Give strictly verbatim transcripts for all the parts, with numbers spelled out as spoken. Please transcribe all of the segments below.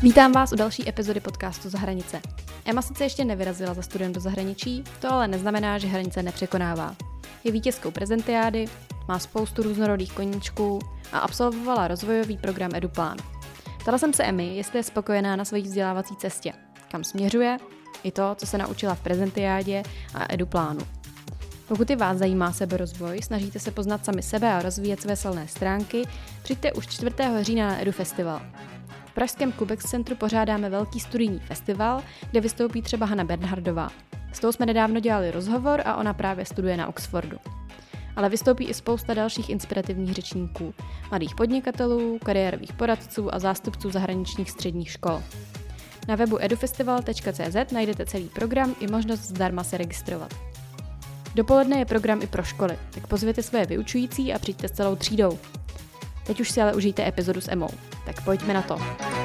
Vítám vás u další epizody podcastu Za hranice. Emma sice ještě nevyrazila za studiem do zahraničí, to ale neznamená, že hranice nepřekonává. Je vítězkou prezentiády, má spoustu různorodých koníčků a absolvovala rozvojový program EduPlán. Ptala jsem se Emmy, jestli je spokojená na své vzdělávací cestě, kam směřuje, i to, co se naučila v prezentiádě a EduPlánu. Pokud i vás zajímá seberozvoj, snažíte se poznat sami sebe a rozvíjet své silné stránky, přijďte už čtvrtého října na EduFestival. V pražském Klubex centru pořádáme velký studijní festival, kde vystoupí třeba Hana Bernhardová. S tou jsme nedávno dělali rozhovor a ona právě studuje na Oxfordu. Ale vystoupí i spousta dalších inspirativních řečníků, mladých podnikatelů, kariérových poradců a zástupců zahraničních středních škol. Na webu edufestival tečka cé zet najdete celý program i možnost zdarma se registrovat. Dopoledne je program i pro školy, tak pozvěte své vyučující a přijďte s celou třídou. Teď už si ale užijte epizodu s Emmou, tak pojďme na to.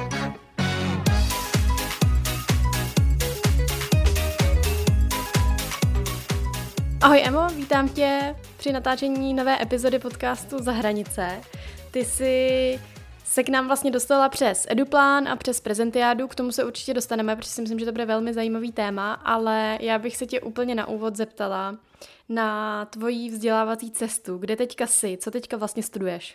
Ahoj Emmo, vítám tě při natáčení nové epizody podcastu Za hranice. Ty jsi se k nám vlastně dostala přes EduPlán a přes prezentiádu, k tomu se určitě dostaneme, protože si myslím, že to bude velmi zajímavý téma, ale já bych se tě úplně na úvod zeptala na tvoji vzdělávací cestu. Kde teďka jsi? Co teďka vlastně studuješ?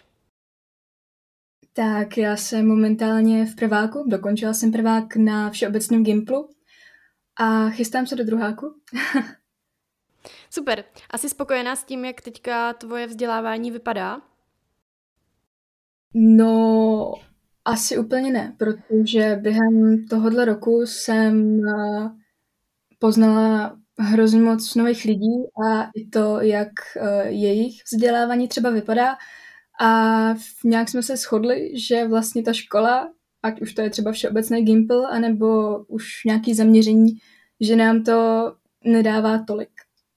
Tak já jsem momentálně v prváku, dokončila jsem prvák na všeobecném Gimplu a chystám se do druháku. Super. A jsi spokojená s tím, jak teďka tvoje vzdělávání vypadá? No, asi úplně ne, protože během tohohle roku jsem poznala hrozně moc nových lidí a i to, jak jejich vzdělávání třeba vypadá. A nějak jsme se shodli, že vlastně ta škola, ať už to je třeba všeobecný Gimpl, anebo už nějaký zaměření, že nám to nedává tolik.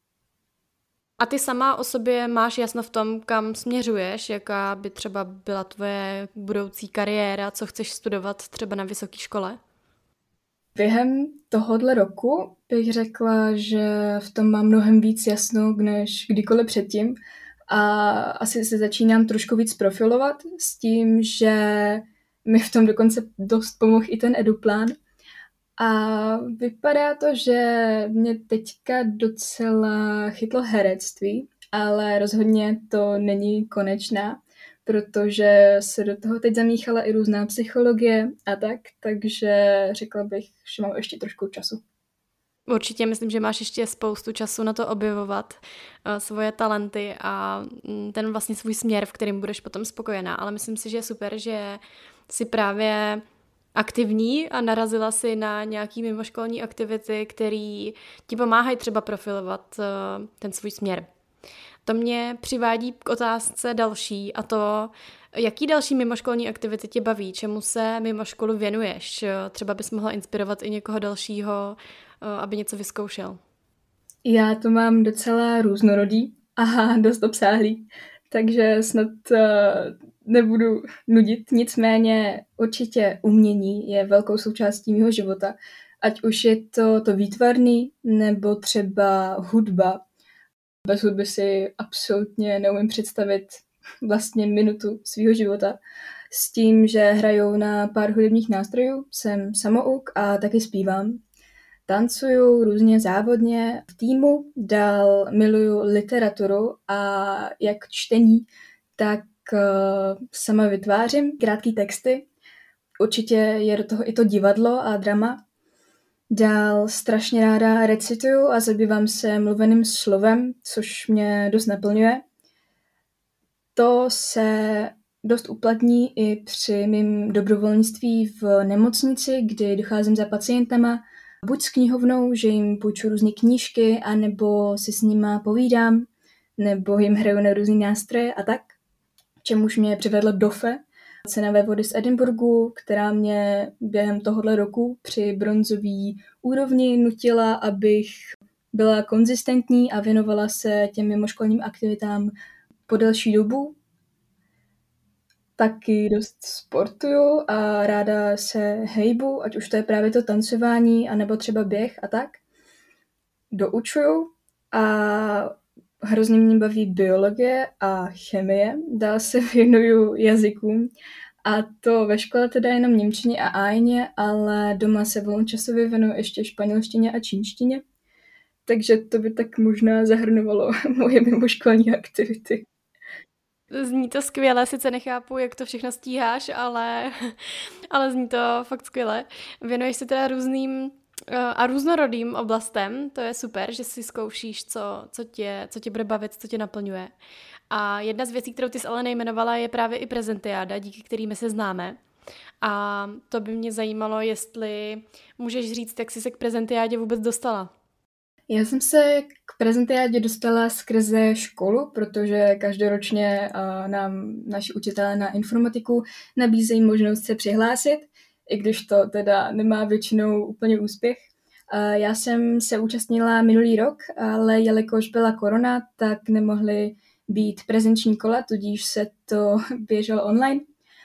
A ty sama o sobě máš jasno v tom, kam směřuješ, jaká by třeba byla tvoje budoucí kariéra, co chceš studovat třeba na vysoké škole? Během tohohle roku bych řekla, že v tom mám mnohem víc jasno, než kdykoliv předtím. A asi se začínám trošku víc profilovat s tím, že mi v tom dokonce dost pomohl i ten EduPlán. A vypadá to, že mě teďka docela chytlo herectví, ale rozhodně to není konečná, protože se do toho teď zamíchala i různá psychologie a tak, takže řekla bych, že mám ještě trošku času. Určitě myslím, že máš ještě spoustu času na to objevovat uh, svoje talenty a um, ten vlastně svůj směr, v kterým budeš potom spokojená, ale myslím si, že je super, že jsi právě aktivní a narazila si na nějaký mimoškolní aktivity, které ti pomáhají třeba profilovat uh, ten svůj směr. To mě přivádí k otázce další a to, jaký další mimoškolní aktivity tě baví, čemu se mimo školu věnuješ. Třeba bys mohla inspirovat i někoho dalšího, aby něco vyzkoušel. Já to mám docela různorodý a dost obsáhlý, takže snad uh, nebudu nudit. Nicméně určitě umění je velkou součástí mého života. Ať už je to to výtvarný, nebo třeba hudba. Bez hudby si absolutně neumím představit vlastně minutu svého života. S tím, že hraju na pár hudebních nástrojů, jsem samouk a taky zpívám. Tancuju různě závodně v týmu, dál miluju literaturu a jak čtení, tak uh, sama vytvářím krátké texty. Určitě je do toho i to divadlo a drama. Dál strašně ráda recituju a zabývám se mluveným slovem, což mě dost naplňuje. To se dost uplatní i při mým dobrovolnictví v nemocnici, kdy docházím za pacientama, buď s knihovnou, že jim půjču různé knížky, anebo si s nima povídám, nebo jim hraju na různý nástroje a tak. Čemuž mě přivedla Dofe, cenové vody z Edinburghu, která mě během tohohle roku při bronzový úrovni nutila, abych byla konzistentní a věnovala se těm mimoškolním aktivitám po delší dobu. Taky dost sportuju a ráda se hejbu, ať už to je právě to tancování, anebo třeba běh a tak. Doučuju a hrozně mě baví biologie a chemie. Dál se věnuju jazykům A to ve škole teda jenom němčině a ájně, ale doma se volnočasově věnuju ještě španělštině a čínštině. Takže to by tak možná zahrnovalo moje mimoškolní aktivity. Zní to skvěle, sice nechápu, jak to všechno stíháš, ale, ale zní to fakt skvěle. Věnuješ se teda různým a různorodým oblastem, to je super, že si zkoušíš, co, co, tě, co tě bude bavit, co tě naplňuje. A jedna z věcí, kterou ty jsi ale nejmenovala, je právě i prezentiáda, díky kterými se známe. A to by mě zajímalo, jestli můžeš říct, jak jsi se k prezentiádě vůbec dostala. Já jsem se k prezentiádě dostala skrze školu, protože každoročně uh, nám naši učitelé na informatiku nabízejí možnost se přihlásit, i když to teda nemá většinou úplně úspěch. Uh, já jsem se účastnila minulý rok, ale jelikož byla korona, tak nemohly být prezenční kola, tudíž se to běželo online.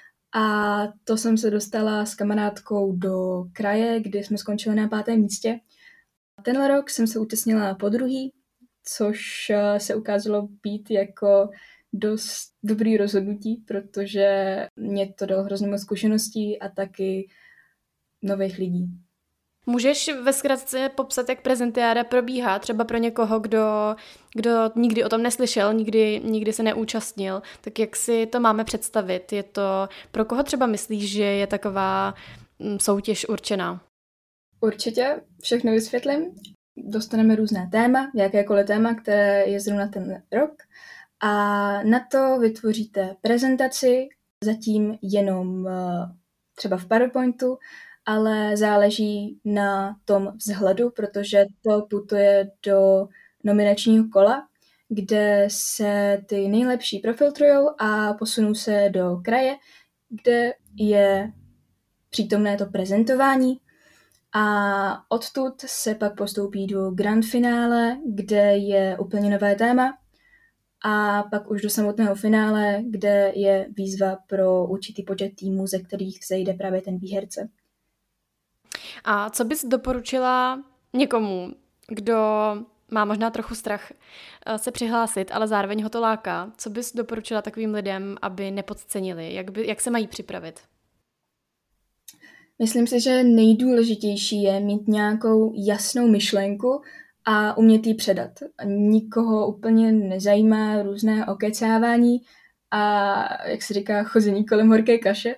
A to jsem se dostala s kamarádkou do kraje, kdy jsme skončili na pátém místě. Tenhle rok jsem se účastnila po druhý, což se ukázalo být jako dost dobrý rozhodnutí, protože mě to dalo hrozně moc zkušeností a taky nových lidí. Můžeš ve zkratce popsat, jak prezentiáda probíhá, třeba pro někoho, kdo, kdo nikdy o tom neslyšel, nikdy, nikdy se neúčastnil, tak jak si to máme představit? Je to, pro koho třeba myslíš, že je taková soutěž určená? Určitě, všechno vysvětlím. Dostaneme různé téma, jakékoliv téma, které je zrovna ten rok, a na to vytvoříte prezentaci, zatím jenom třeba v PowerPointu, ale záleží na tom vzhledu, protože to putuje do nominačního kola, kde se ty nejlepší profiltrujou a posunou se do kraje, kde je přítomné to prezentování. A odtud se pak postoupí do grand finále, kde je úplně nové téma, a pak už do samotného finále, kde je výzva pro určitý počet týmů, ze kterých vzejde právě ten výherce. A co bys doporučila někomu, kdo má možná trochu strach se přihlásit, ale zároveň ho to láká? Co bys doporučila takovým lidem, aby nepodcenili? Jak, by, jak se mají připravit? Myslím si, že nejdůležitější je mít nějakou jasnou myšlenku a umět ji předat. Nikoho úplně nezajímá různé okecávání a, jak se říká, chození kolem horké kaše.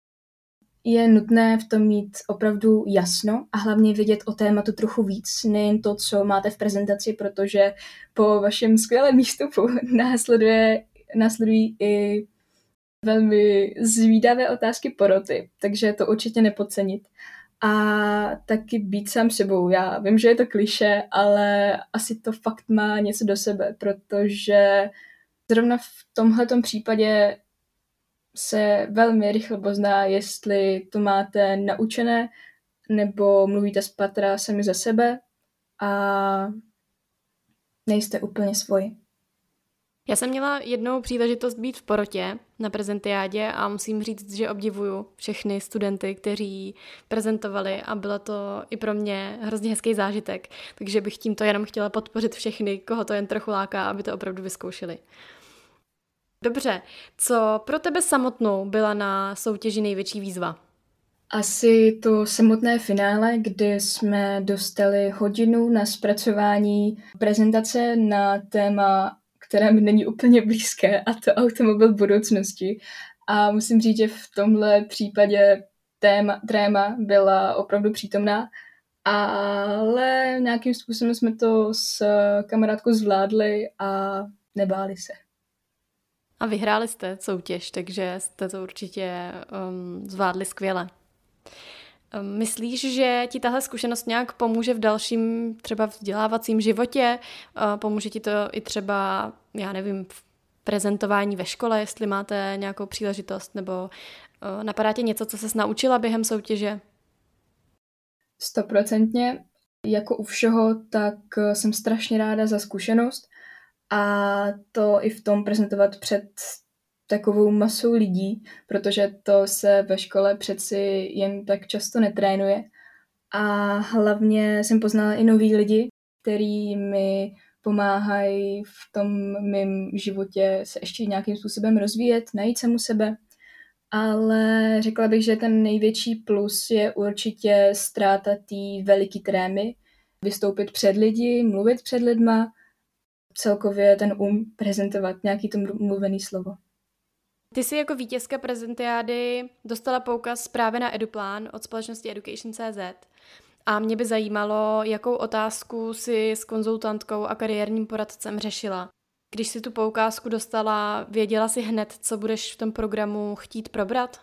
Je nutné v tom mít opravdu jasno a hlavně vědět o tématu trochu víc, nejen to, co máte v prezentaci, protože po vašem skvělém výstupu následuje, následují i velmi zvídavé otázky poroty, takže to určitě nepodcenit. A taky být sám sebou. Já vím, že je to klišé, ale asi to fakt má něco do sebe, protože zrovna v tomhletom případě se velmi rychle pozná, jestli to máte naučené, nebo mluvíte z patra sami za sebe a nejste úplně svoji. Já jsem měla jednou příležitost být v porotě na prezentiádě a musím říct, že obdivuju všechny studenty, kteří prezentovali, a bylo to i pro mě hrozně hezký zážitek, takže bych tímto jenom chtěla podpořit všechny, koho to jen trochu láká, aby to opravdu vyzkoušeli. Dobře, co pro tebe samotnou byla na soutěži největší výzva? Asi to samotné finále, kdy jsme dostali hodinu na zpracování prezentace na téma, které mi není úplně blízké, a to automobil budoucnosti. A musím říct, že v tomhle případě téma, tréma byla opravdu přítomná, ale nějakým způsobem jsme to s kamarádkou zvládli a nebáli se. A vyhráli jste soutěž, takže jste to určitě um, zvládli skvěle. Um, myslíš, že ti tahle zkušenost nějak pomůže v dalším třeba vzdělávacím životě? Uh, pomůže ti to i třeba, já nevím, v prezentování ve škole, jestli máte nějakou příležitost, nebo uh, napadá tě něco, co ses naučila během soutěže? Stoprocentně. Jako u všeho, tak jsem strašně ráda za zkušenost, a to i v tom prezentovat před takovou masou lidí, protože to se ve škole přeci jen tak často netrénuje. A hlavně jsem poznala i nový lidi, kteří mi pomáhají v tom mém životě se ještě nějakým způsobem rozvíjet, najít samu sebe. ale řekla bych, že ten největší plus je určitě ztráta té veliký trémy, vystoupit před lidi, mluvit před lidma, celkově ten um prezentovat nějaký to mluvený slovo. Ty jsi jako vítězka prezentiády dostala poukaz právě na EduPlán od společnosti Education tečka cé zet a mě by zajímalo, jakou otázku si s konzultantkou a kariérním poradcem řešila. Když si tu poukázku dostala, věděla jsi hned, co budeš v tom programu chtít probrat?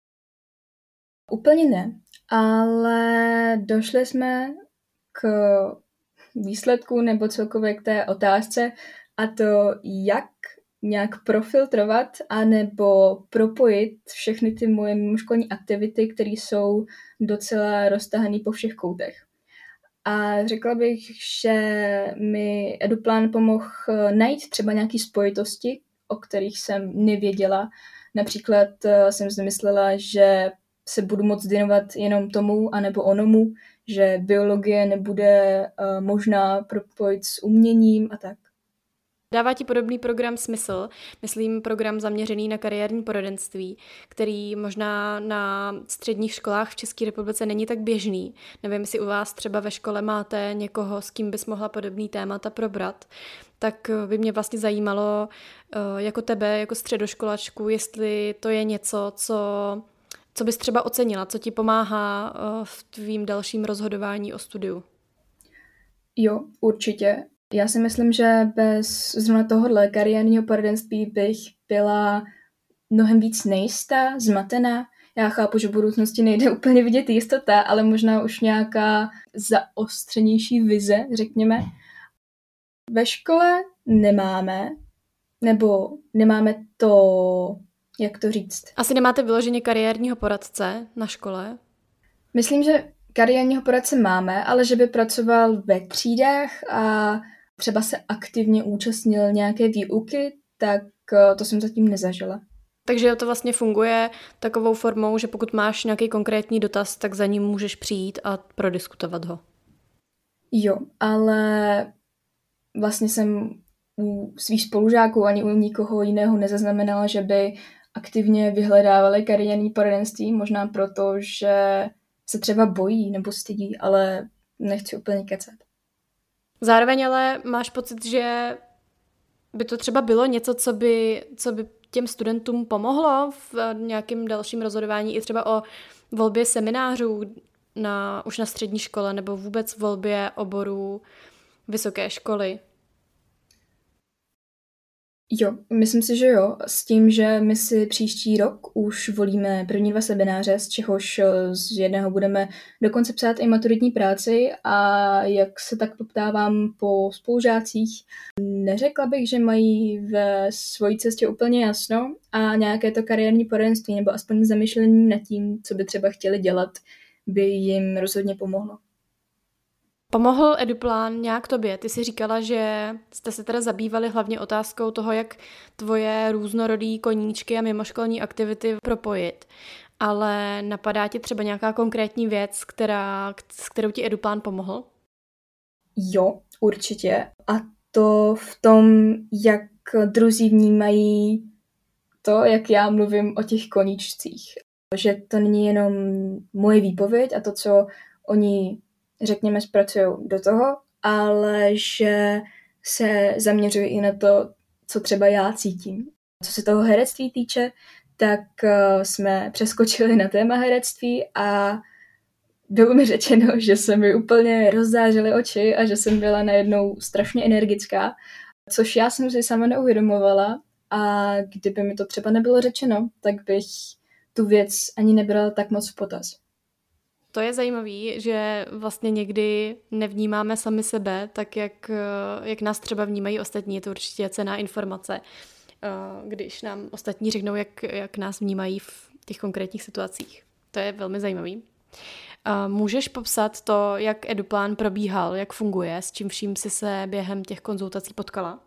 Úplně ne, ale došli jsme k výsledku nebo celkově k té otázce a to, jak nějak profiltrovat anebo propojit všechny ty moje mimoškolní aktivity, které jsou docela roztahané po všech koutech. A řekla bych, že mi EduPlán pomohl najít třeba nějaké spojitosti, o kterých jsem nevěděla. Například jsem si myslela, že se budu moct věnovat jenom tomu anebo onomu, že biologie nebude uh, možná propojit s uměním a tak. Dává ti podobný program smysl, myslím program zaměřený na kariérní poradenství, který možná na středních školách v České republice není tak běžný. Nevím, jestli u vás třeba ve škole máte někoho, s kým bys mohla podobný témata probrat, tak by mě vlastně zajímalo jako tebe, jako středoškolačku, jestli to je něco, co, co bys třeba ocenila, co ti pomáhá v tvým dalším rozhodování o studiu. Jo, určitě. Já si myslím, že bez zrovna tohohle kariérního poradenství bych byla mnohem víc nejistá, zmatená. Já chápu, že v budoucnosti nejde úplně vidět jistota, ale možná už nějaká zaostřenější vize, řekněme. Ve škole nemáme, nebo nemáme to, jak to říct. Asi nemáte vyloženě kariérního poradce na škole? Myslím, že kariérního poradce máme, ale že by pracoval ve třídách a třeba se aktivně účastnil nějaké výuky, tak to jsem zatím nezažila. Takže to vlastně funguje takovou formou, že pokud máš nějaký konkrétní dotaz, tak za ním můžeš přijít a prodiskutovat ho. Jo, ale vlastně jsem u svých spolužáků ani u nikoho jiného nezaznamenala, že by aktivně vyhledávali kariérní poradenství, možná proto, že se třeba bojí nebo stydí, ale nechci úplně kecat. Zároveň ale máš pocit, že by to třeba bylo něco, co by, co by těm studentům pomohlo v nějakém dalším rozhodování i třeba o volbě seminářů na, už na střední škole nebo vůbec volbě oborů vysoké školy? Jo, myslím si, že jo, s tím, že my si příští rok už volíme první dva semináře, z čehož z jedného budeme dokonce psát i maturitní práci a jak se tak poptávám po spolužácích, neřekla bych, že mají ve svojí cestě úplně jasno a nějaké to kariérní poradenství nebo aspoň zamyšlení nad tím, co by třeba chtěli dělat, by jim rozhodně pomohlo. Pomohl EduPlán nějak tobě? Ty jsi říkala, že jste se teda zabývali hlavně otázkou toho, jak tvoje různorodý koníčky a mimoškolní aktivity propojit. Ale napadá ti třeba nějaká konkrétní věc, která, s kterou ti EduPlán pomohl? Jo, určitě. A to v tom, jak druzí vnímají to, jak já mluvím o těch koníčcích. Že to není jenom moje výpověď a to, co oni řekněme, zpracují do toho, ale že se zaměřují i na to, co třeba já cítím. Co se toho herectví týče, tak uh, jsme přeskočili na téma herectví a bylo mi řečeno, že se mi úplně rozzářily oči a že jsem byla najednou strašně energická, což já jsem si sama neuvědomovala a kdyby mi to třeba nebylo řečeno, tak bych tu věc ani nebrala tak moc v potaz. To je zajímavý, že vlastně někdy nevnímáme sami sebe, tak jak, jak nás třeba vnímají ostatní. Je to určitě cenná informace, když nám ostatní řeknou, jak, jak nás vnímají v těch konkrétních situacích. To je velmi zajímavý. Můžeš popsat to, jak EduPlán probíhal, jak funguje, s čím vším si se během těch konzultací potkala?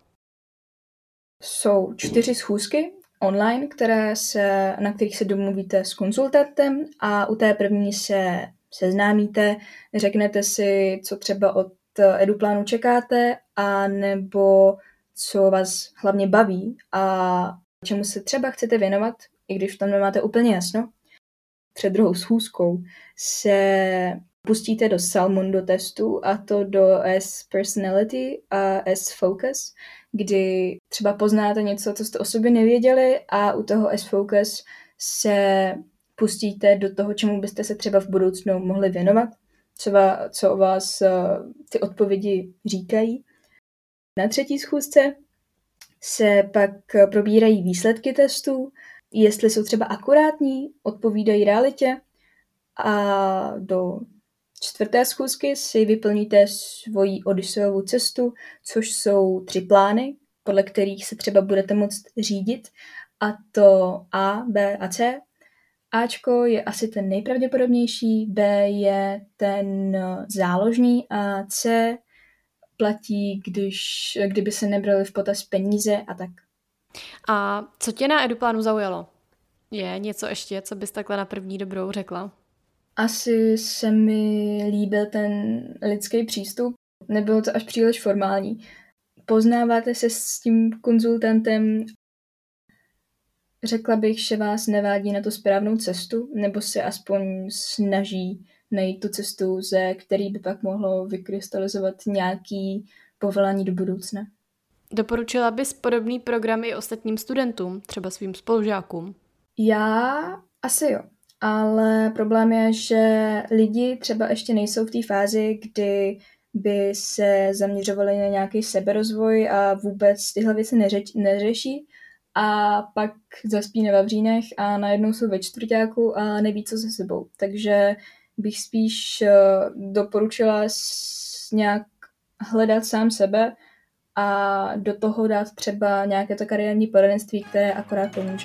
Jsou čtyři schůzky online, které se, na kterých se domluvíte s konzultantem a u té první se seznámíte, řeknete si, co třeba od EduPlánu čekáte a nebo co vás hlavně baví a čemu se třeba chcete věnovat i když tam nemáte úplně jasno. Před druhou schůzkou se pustíte do Salmondo testu, a to do S Personality a S Focus, kdy třeba poznáte něco, co jste o sobě nevěděli, a u toho S Focus se pustíte do toho, čemu byste se třeba v budoucnu mohli věnovat, třeba co o vás uh, ty odpovědi říkají. Na třetí schůzce se pak probírají výsledky testů, jestli jsou třeba akurátní, odpovídají realitě, a do čtvrté schůzky si vyplníte svoji Odysseovu cestu, což jsou tři plány, podle kterých se třeba budete moct řídit, a to A, B a C. Ačko je asi ten nejpravděpodobnější, B je ten záložní a C platí, když, kdyby se nebrali v potaz peníze a tak. A co tě na eduplánu zaujalo? Je něco ještě, co bys takhle na první dobrou řekla? Asi se mi líbil ten lidský přístup. Nebylo to až příliš formální. Poznáváte se s tím konzultantem. Řekla bych, že vás nevádí na tu správnou cestu, nebo se aspoň snaží najít tu cestu, ze který by pak mohlo vykrystalizovat nějaký povolání do budoucna. Doporučila bys podobný program i ostatním studentům, třeba svým spolužákům? Já asi jo, ale problém je, že lidi třeba ještě nejsou v té fázi, kdy by se zaměřovali na nějaký seberozvoj a vůbec tyhle věci neřeč, neřeší, a pak zaspí na vavřínech a najednou jsou ve čtvrťáku a neví, co se sebou. Takže bych spíš doporučila nějak hledat sám sebe a do toho dát třeba nějaké to kariérní poradenství, které akorát pomůže.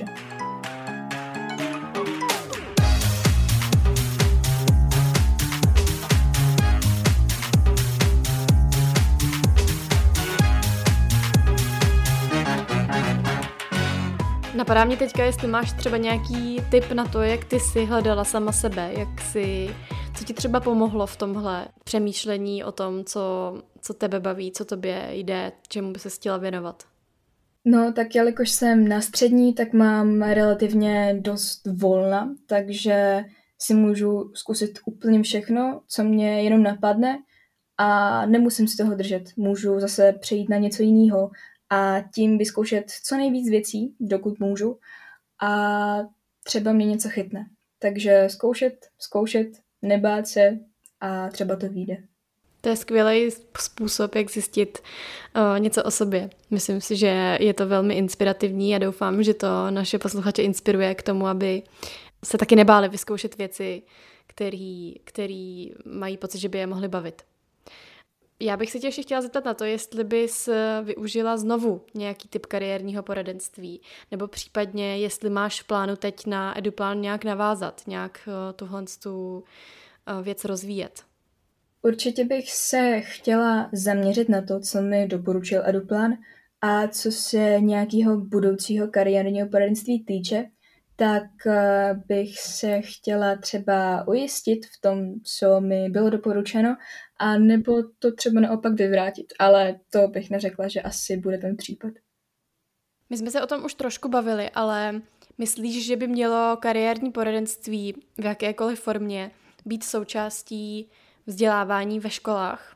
Napadá mě teďka, jestli máš třeba nějaký tip na to, jak ty jsi hledala sama sebe, jak jsi, co ti třeba pomohlo v tomhle přemýšlení o tom, co, co tebe baví, co tobě jde, čemu by se chtěla věnovat. No, tak jelikož jsem na střední, tak mám relativně dost volna, takže si můžu zkusit úplně všechno, co mě jenom napadne, a nemusím si toho držet. Můžu zase přejít na něco jiného a tím vyzkoušet co nejvíc věcí, dokud můžu, a třeba mě něco chytne. Takže zkoušet, zkoušet, nebát se a třeba to vyjde. To je skvělý způsob, jak zjistit uh, něco o sobě. Myslím si, že je to velmi inspirativní a doufám, že to naše posluchače inspiruje k tomu, aby se taky nebáli vyzkoušet věci, který, který mají pocit, že by je mohly bavit. Já bych se tě ještě chtěla zeptat na to, jestli bys využila znovu nějaký typ kariérního poradenství, nebo případně, jestli máš v plánu teď na EduPlán nějak navázat, nějak uh, tuhle tu uh, věc rozvíjet. Určitě bych se chtěla zaměřit na to, co mi doporučil EduPlán, a co se nějakého budoucího kariérního poradenství týče, tak bych se chtěla třeba ujistit v tom, co mi bylo doporučeno, a nebo to třeba naopak vyvrátit, ale to bych neřekla, že asi bude ten případ. My jsme se o tom už trošku bavili, ale myslíš, že by mělo kariérní poradenství v jakékoliv formě být součástí vzdělávání ve školách?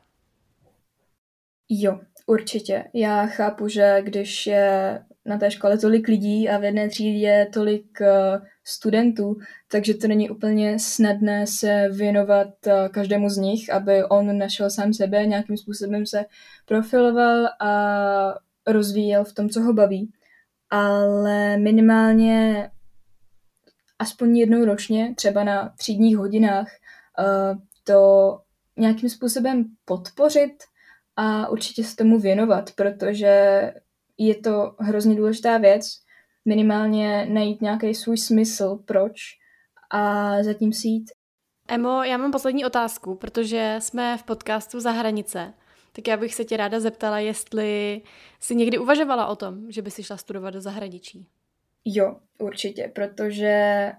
Jo, určitě. Já chápu, že když je na té škole tolik lidí a v jedné třídě je tolik uh, studentů, takže to není úplně snadné se věnovat uh, každému z nich, aby on našel sám sebe, nějakým způsobem se profiloval a rozvíjel v tom, co ho baví. Ale minimálně aspoň jednou ročně, třeba na třídních hodinách, uh, to nějakým způsobem podpořit a určitě se tomu věnovat, protože je to hrozně důležitá věc, minimálně najít nějaký svůj smysl, proč, a zatím si jít. Emo, já mám poslední otázku, protože jsme v podcastu Za hranice, tak já bych se tě ráda zeptala, jestli jsi někdy uvažovala o tom, že by si šla studovat do zahraničí. Jo, určitě, protože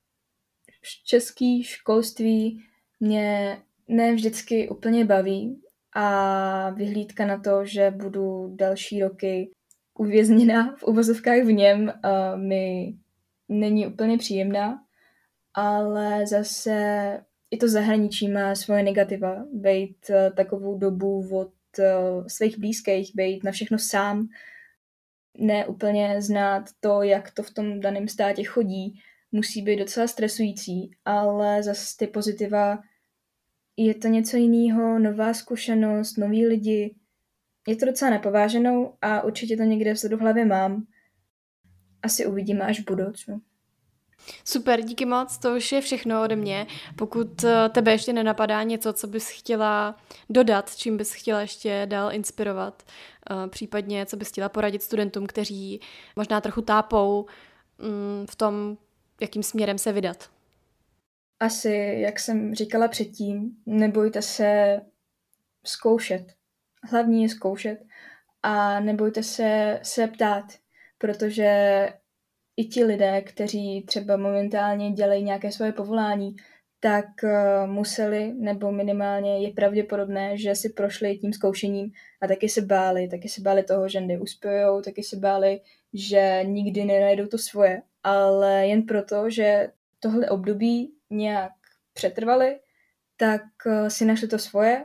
český školství mě ne vždycky úplně baví a vyhlídka na to, že budu další roky uvězněna v uvozovkách v něm, uh, mi není úplně příjemná, ale zase i to zahraničí má svoje negativa. Bejt takovou dobu od svých blízkých, bejt na všechno sám, ne úplně znát to, jak to v tom daném státě chodí, musí být docela stresující, ale zase ty pozitiva, je to něco jiného, nová zkušenost, noví lidi. Je to docela nepováženou a určitě to někde vzadu v hlavě mám. Asi uvidíme až v budoucnu. Super, díky moc, to už je všechno ode mě. Pokud tebe ještě nenapadá něco, co bys chtěla dodat, čím bys chtěla ještě dál inspirovat, případně co bys chtěla poradit studentům, kteří možná trochu tápou v tom, jakým směrem se vydat. Asi, jak jsem říkala předtím, nebojte se zkoušet. Hlavní je zkoušet a nebojte se se ptát, protože i ti lidé, kteří třeba momentálně dělají nějaké svoje povolání, tak uh, museli, nebo minimálně je pravděpodobné, že si prošli tím zkoušením a taky se báli, taky se báli toho, že neuspějou, taky se báli, že nikdy nenajdou to svoje, ale jen proto, že tohle období nějak přetrvali, tak uh, si našli to svoje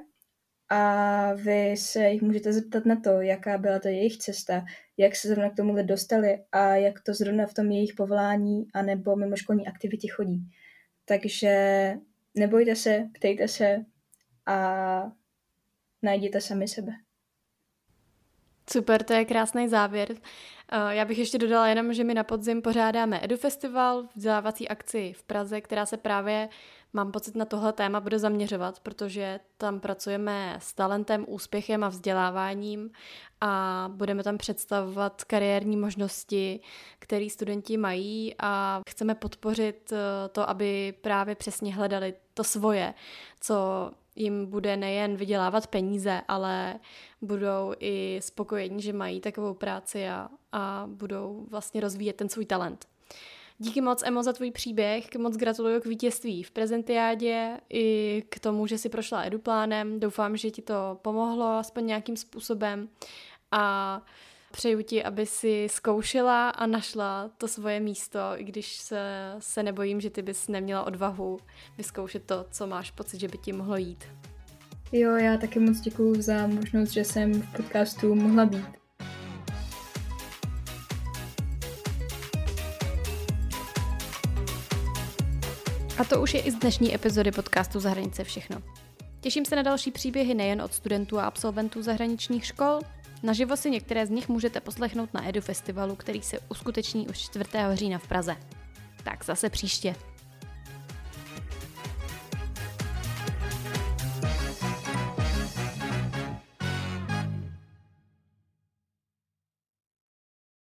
a vy se jich můžete zeptat na to, jaká byla to jejich cesta, jak se zrovna k tomuhle dostali a jak to zrovna v tom jejich povolání anebo mimoškolní aktivitě chodí. Takže nebojte se, ptejte se a najděte sami sebe. Super, to je krásný závěr. Já bych ještě dodala jenom, že my na podzim pořádáme EduFestival, vzdělávací akci v Praze, která se právě, mám pocit, na tohle téma bude zaměřovat, protože tam pracujeme s talentem, úspěchem a vzděláváním a budeme tam představovat kariérní možnosti, které studenti mají a chceme podpořit to, aby právě přesně hledali to svoje, co jim bude nejen vydělávat peníze, ale budou i spokojení, že mají takovou práci a, a budou vlastně rozvíjet ten svůj talent. Díky moc, Emo, za tvůj příběh, moc gratuluju k vítězství v prezentiádě i k tomu, že jsi prošla eduplánem. Doufám, že ti to pomohlo aspoň nějakým způsobem a přeju ti, aby si zkoušela a našla to svoje místo, i když se, se nebojím, že ty bys neměla odvahu vyzkoušet to, co máš pocit, že by ti mohlo jít. Jo, já taky moc děkuju za možnost, že jsem v podcastu mohla být. A to už je i z dnešní epizody podcastu Za hranice všechno. Těším se na další příběhy nejen od studentů a absolventů zahraničních škol. Naživo si některé z nich můžete poslechnout na EduFestivalu, který se uskuteční už čtvrtého října v Praze. Tak zase příště.